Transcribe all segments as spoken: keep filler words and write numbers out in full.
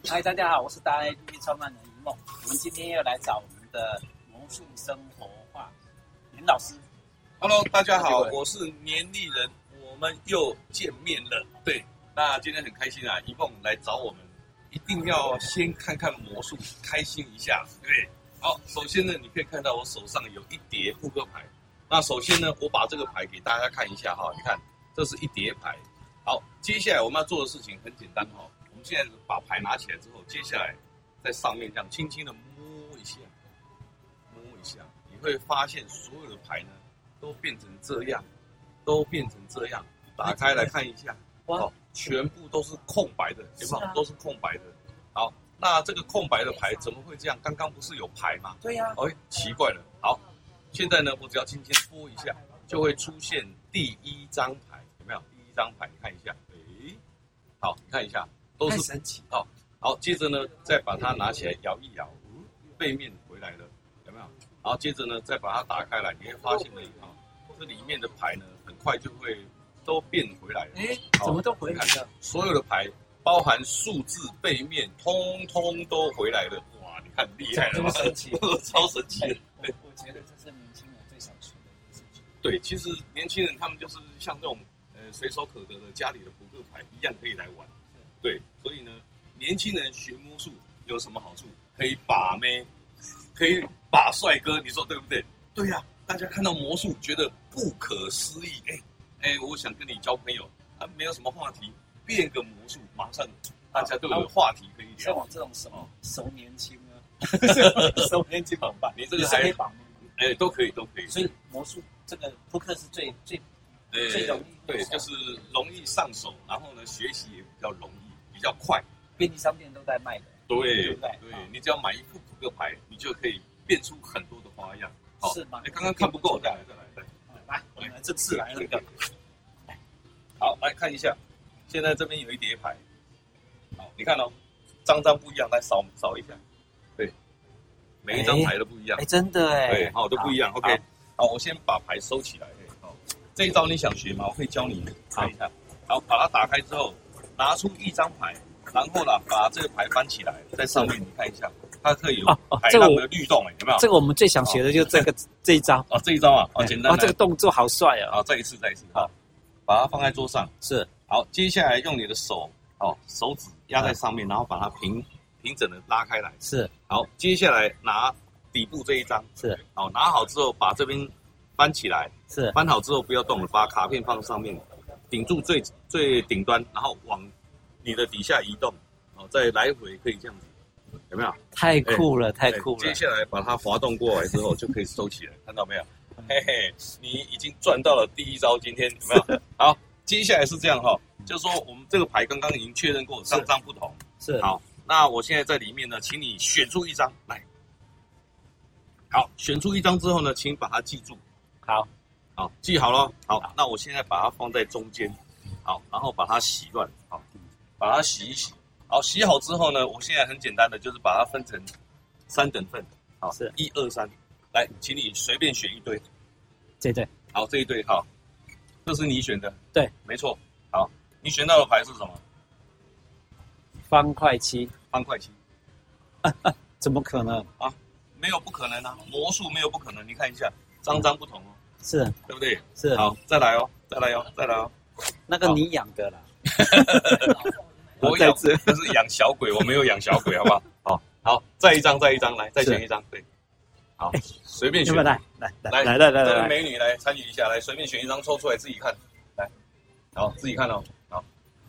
嗨，大家好，我是大 A P P 创办人一梦。我们今天又来找我们的魔术生活化林老师。 Hello， 大家好，我是年历人，我们又见面了。对，那今天很开心啊，一梦来找我们，一定要先看看魔术，开心一下，对不对？好，首先呢，你可以看到我手上有一叠扑克牌。那首先呢，我把这个牌给大家看一下哈，你看，这是一叠牌。好，接下来我们要做的事情很简单哈。我们现在把牌拿起来之后，接下来在上面这样轻轻的摸一下，摸一下，你会发现所有的牌呢都变成这样，都变成这样。打开来看一下，哦，全部都是空白的，有没有？都是空白的。好，那这个空白的牌怎么会这样？刚刚不是有牌吗？ 对呀。 哎，奇怪了。好，现在呢，我只要轻轻拨一下，就会出现第一张牌，有没有？第一张牌，你看一下。哎，好，你看一下。都是神奇哦，好，接着呢，再把它拿起来摇一摇，背面回来了，有没有？然后接着呢，再把它打开来，你会发现呢，啊，这里面的牌呢，很快就会都变回来了。 哎，怎么都回来了？ 所有的牌，包含数字背面，通通都回来了。哇，你看厉害了吧？ 这么神奇， 超神奇的。 对，我觉得这是年轻人最想学的一件事情。 对，其实年轻人他们就是像这种呃随手可得的家里的扑克牌一样可以来玩。对，所以呢，年轻人学魔术有什么好处？可以把妹，可以把帅哥，你说对不对？对呀、啊，大家看到魔术觉得不可思议，哎哎，我想跟你交朋友，啊，没有什么话题，变个魔术，马上大家都有话题可以聊。 像我这种什么熟年轻啊，熟年轻怎么办？ 你这个还可以把妹， 哎，都可以，都可以。 所以魔术这个扑克是最最最容易， 对，就是容易上手，然后呢，学习也比较容易。比较快， 便利商店都在卖的。 对， 对不对？ 对，你只要买一副扑克牌，你就可以变出很多的花样。好， 是吗？ 哎，刚刚看不够，再来，再来，来， 来，我们来这次来了一个。 好，来看一下，现在这边有一叠牌，好，你看哦，张张不一样，来扫扫一下，对，每一张牌都不一样。 哎，真的哎， 对，好，都不一样。OK， 好，我先把牌收起来。好，这一招你想学吗？我会教你看一下。好，把它打开之后。拿出一张牌，然后呢，把这个牌翻起来，在上面你看一下，它可以有海浪的律动，哎，有没有？ 这个我们最想学的就是这个这一招哦，这一招啊，哦，简单。 哦，这个动作好帅啊！ 好，再一次，再一次，好，把它放在桌上， 是。 好，接下来用你的手，哦，手指压在上面，然后把它平平整的拉开来， 是。 好，接下来拿底部这一张， 是。 好，拿好之后把这边翻起来， 是。 翻好之后不要动了，把卡片放上面。顶住最最顶端，然后往你的底下移动，哦，再来回可以这样子，有没有？ 太酷了，太酷了！ 接下来把它滑动过来之后，就可以收起来，看到没有？嘿嘿，你已经赚到了第一招，今天有没有？好，接下来是这样哈，就是说我们这个牌刚刚已经确认过，张张不同。 是。 好，那我现在在里面呢，请你选出一张来。好，选出一张之后呢，请把它记住。 好。 好，记好了。好，那我现在把它放在中间，好，然后把它洗乱，好，把它洗一洗。好，洗好之后呢，我现在很简单的就是把它分成三等份，好， 是一二三，来，请你随便选一堆。 这一堆。 好，这一堆，好，这是你选的。 对， 没错。好，你选到的牌是什么？ 方块七。 方块七。 怎么可能啊？没有不可能啊，魔术没有不可能。你看一下，张张不同哦。 是， 对不对？ 是。 好，再来哦，再来哦，再来哦。 那个你养的啦。 我养，这是养小鬼，我没有养小鬼，好不好？好，好，再一张，再一张，来，再选一张，对。好，随便选。 来来来来来来来来， 这位美女来参与一下，来，随便选一张抽出来自己看，来，好，自己看哦，好。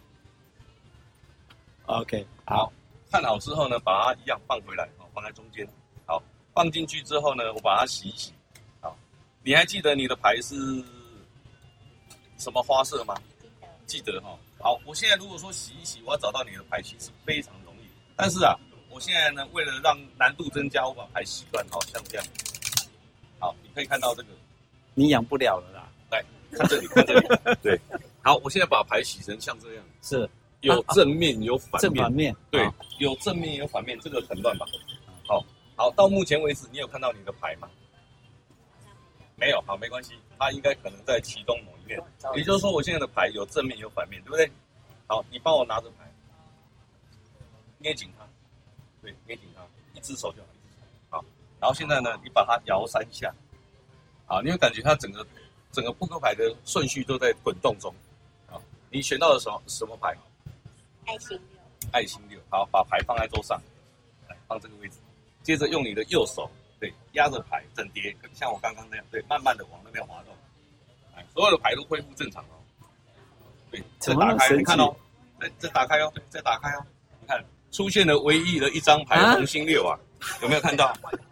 OK， 好，看好之后呢，把它一样放回来，好，放在中间。好，放进去之后呢，我把它洗一洗。你还记得你的牌是什么花色吗？记得哈。好，我现在如果说洗一洗，我要找到你的牌，其实非常容易。但是啊，我现在呢，为了让难度增加，我把牌洗断，好像这样。好，你可以看到这个， 你养不了了啦。 来看这里，看这里。对，好，我现在把牌洗成像这样， 是有正面有反面， 正反面， 对，有正面有反面，这个很乱吧？好，好，到目前为止，你有看到你的牌吗？没有，好，没关系，它应该可能在其中某一面，也就是说，我现在的牌有正面有反面，对不对？好，你帮我拿着牌，捏紧它， 对，捏紧它，一只手就好，一只手。好，然后现在呢，你把它摇三下，好，你会感觉它整个整个扑克牌的顺序都在滚动中。好，你选到的什么什么牌？ 爱心六。 爱心六。好，把牌放在桌上，来放这个位置。接着用你的右手，对，压着牌整叠，像我刚刚那样，对，慢慢的往那边滑动。哎，所有的牌都恢复正常哦。对，再打开，你看哦，再再打开哦，对，再打开哦，你看出现了唯一的一张牌， 啊红心六啊，有没有看到？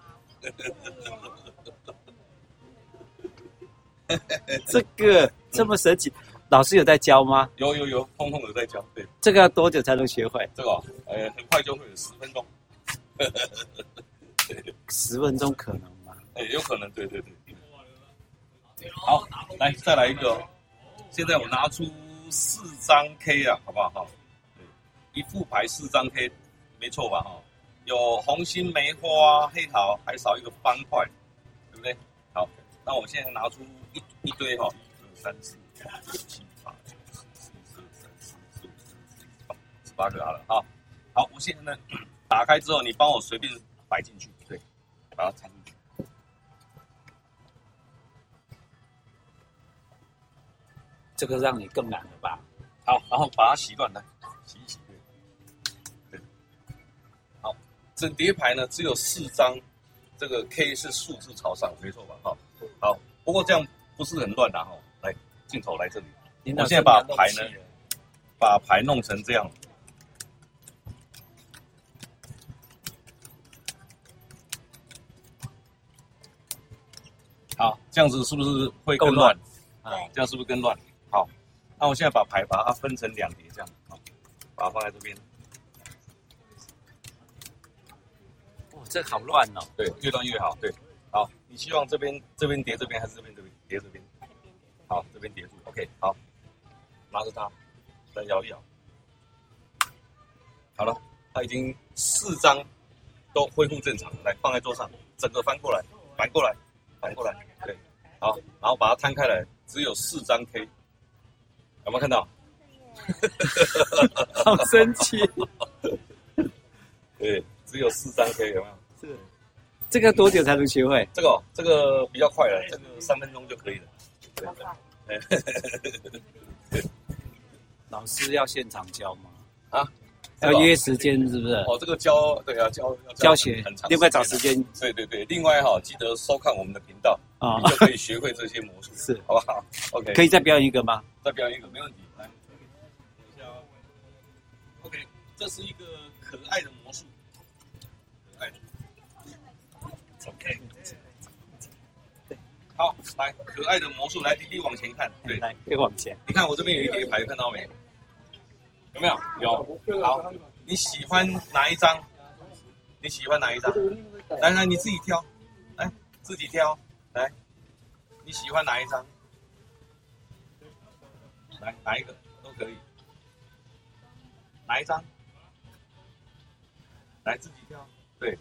这个这么神奇，老师有在教吗？ 有有有，通通有在教。对， 这个要多久才能学会？ 这个、哦，呃，很快就会有十分钟。 十分钟可能吗？ 哎，有可能，对对对。好，来再来一个、哦。现在我拿出四张 K 啊，好不好？哈，对，一副牌四张 K， 没错吧？哈，有红心、梅花、黑桃，还少一个方块，对不对？好，那我现在拿出一一堆哈，一二三四五六七八九十十一十二十三十四十五十六十七十八十八个好了哈。好，我现在呢打开之后，你帮我随便摆进去，对，把它插进去。 这个让你更难了吧？ 好，然后把它洗乱来，洗一洗，对，对，好，整叠牌呢只有四张，这个 K 是数字朝上，没错吧？哈，好，不过这样不是很乱的哈。来，镜头来这里，我现在把牌呢，把牌弄成这样。好，这样子是不是会更乱？啊，这样是不是更乱？好，那我现在把牌把它分成两叠，这样，好，把它放在这边。 哇，这好乱哦。 对，越乱越好。对，好，你希望这边这边叠这边，还是这边这边叠这边？好，这边叠住。OK， 好，拿着它，再摇一摇。好了，它已经四张都恢复正常了，来放在桌上，整个翻过来，反过来。反过来，对，好，然后把它摊开来，只有四张 K， 有没有看到？ 好神奇！ 对，只有四张 K， 有没有？ 是，这个多久才能学会？ 这个、哦、这个比较快了，这个三分钟就可以了。对对。 老师要现场教吗？ 啊？ 要约时间是不是？ 哦，这个教对啊，教教学很长， 另外找时间。 对对对，另外哈、哦，记得收看我们的频道啊，哦、你就可以学会这些魔术， 是， 好不好 ？OK， 可以再表演一个吗？ 再表演一个，没问题。来，等一下哦。OK， 这是一个可爱的魔术，可爱的。OK， 好，来，可爱的魔术，来，弟弟往前看，对， 来，可以往前。 你看我这边有一叠牌，看到没？有没有？有。好，你喜欢哪一张？你喜欢哪一张？来来，你自己挑，来自己挑，来，你喜欢哪一张？来，哪一个都可以。哪一张？来自己挑，对。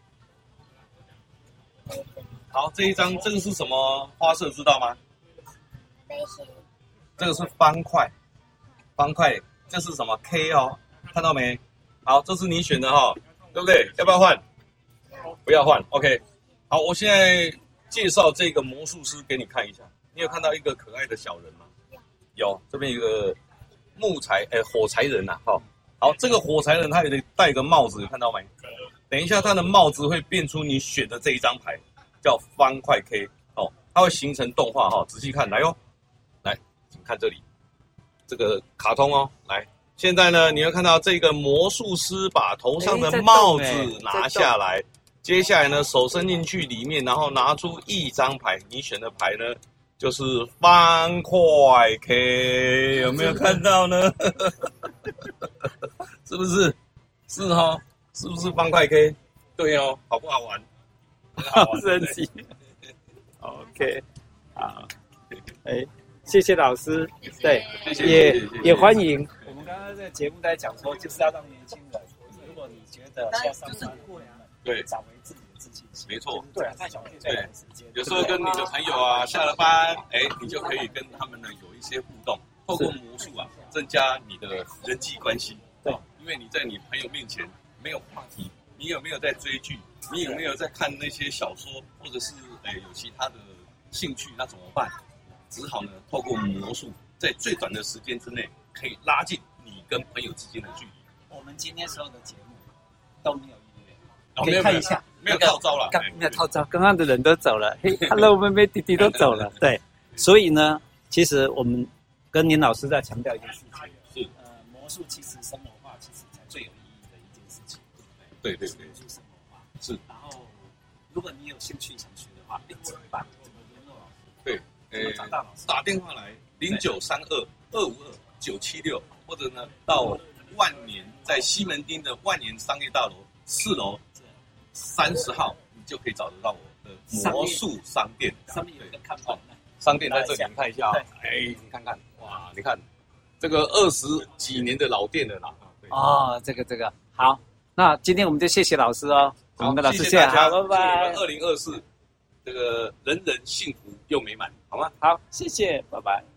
好，这一张这个是什么花色？知道吗？ 飞行。 这个是方块，方块。这是什么 K 哦？看到没？好，这是你选的哈、哦，对不对？要不要换？不要换。OK。好，我现在介绍这个魔术师给你看一下。你有看到一个可爱的小人吗？有，这边有一个木材，哎，火柴人呐、啊，哈、哦。好，这个火柴人他也得戴个帽子，看到没？等一下，他的帽子会变出你选的这一张牌，叫方块 K 哦，它会形成动画哈、哦。仔细看，来哟、哦，来，请看这里。这个卡通哦，来，现在呢，你会看到这个魔术师把头上的帽子拿下来，接下来呢，手伸进去里面，然后拿出一张牌，你选的牌呢就是方块 K， 有没有看到呢？是不是？是哦，是不是方块 K？ 对哦，好不好玩？ 好神奇。OK， 好，哎。谢谢老师，对， 谢谢也谢谢也欢迎。我们刚刚这个节目在讲说，就是要让年轻人，如果你觉得要上班， 对， 找回自己的自信心。 没错， 对啊，太小气，对，时间。 有时候跟你的朋友啊，下了班，哎，你就可以跟他们呢有一些互动，透过魔术啊，增加你的人际关系。 对， 因为你在你朋友面前没有话题， 你有没有在追剧？你有没有在看那些小说，或者是诶有其他的兴趣？那怎么办？只好呢，透过魔术，在最短的时间之内，可以拉近你跟朋友之间的距离。 我们今天所有的节目都没有音乐， 哦、 可以看一下， 没有套招了， 刚没有套招，刚刚的人都走了，嘿 ，Hello， 妹妹弟弟都走了，对，所以呢，其实我们跟林老师在强调一件事情， 是呃，魔术其实生活化，其实才最有意义的一件事情， 对对对， 魔术生活化是。 然后，如果你有兴趣想学的话，哎，怎么办？怎么联络老师？ 对， 呃，找到老师， 打电话来零九三二二五二九七六，或者呢到万年在西门町的万年商业大楼四楼三十号，你就可以找得到我的魔术商店。 上面有一个看板， 商店在这里，你看一下啊、哦，哎，你看看，哇，你看这个二十几年的老店了啦。 哦，这个这个好，那今天我们就谢谢老师哦，我们跟老师谢谢大家， 好，拜拜。 二零二四这个人人幸福又美满，好吗？ 好，谢谢，拜拜。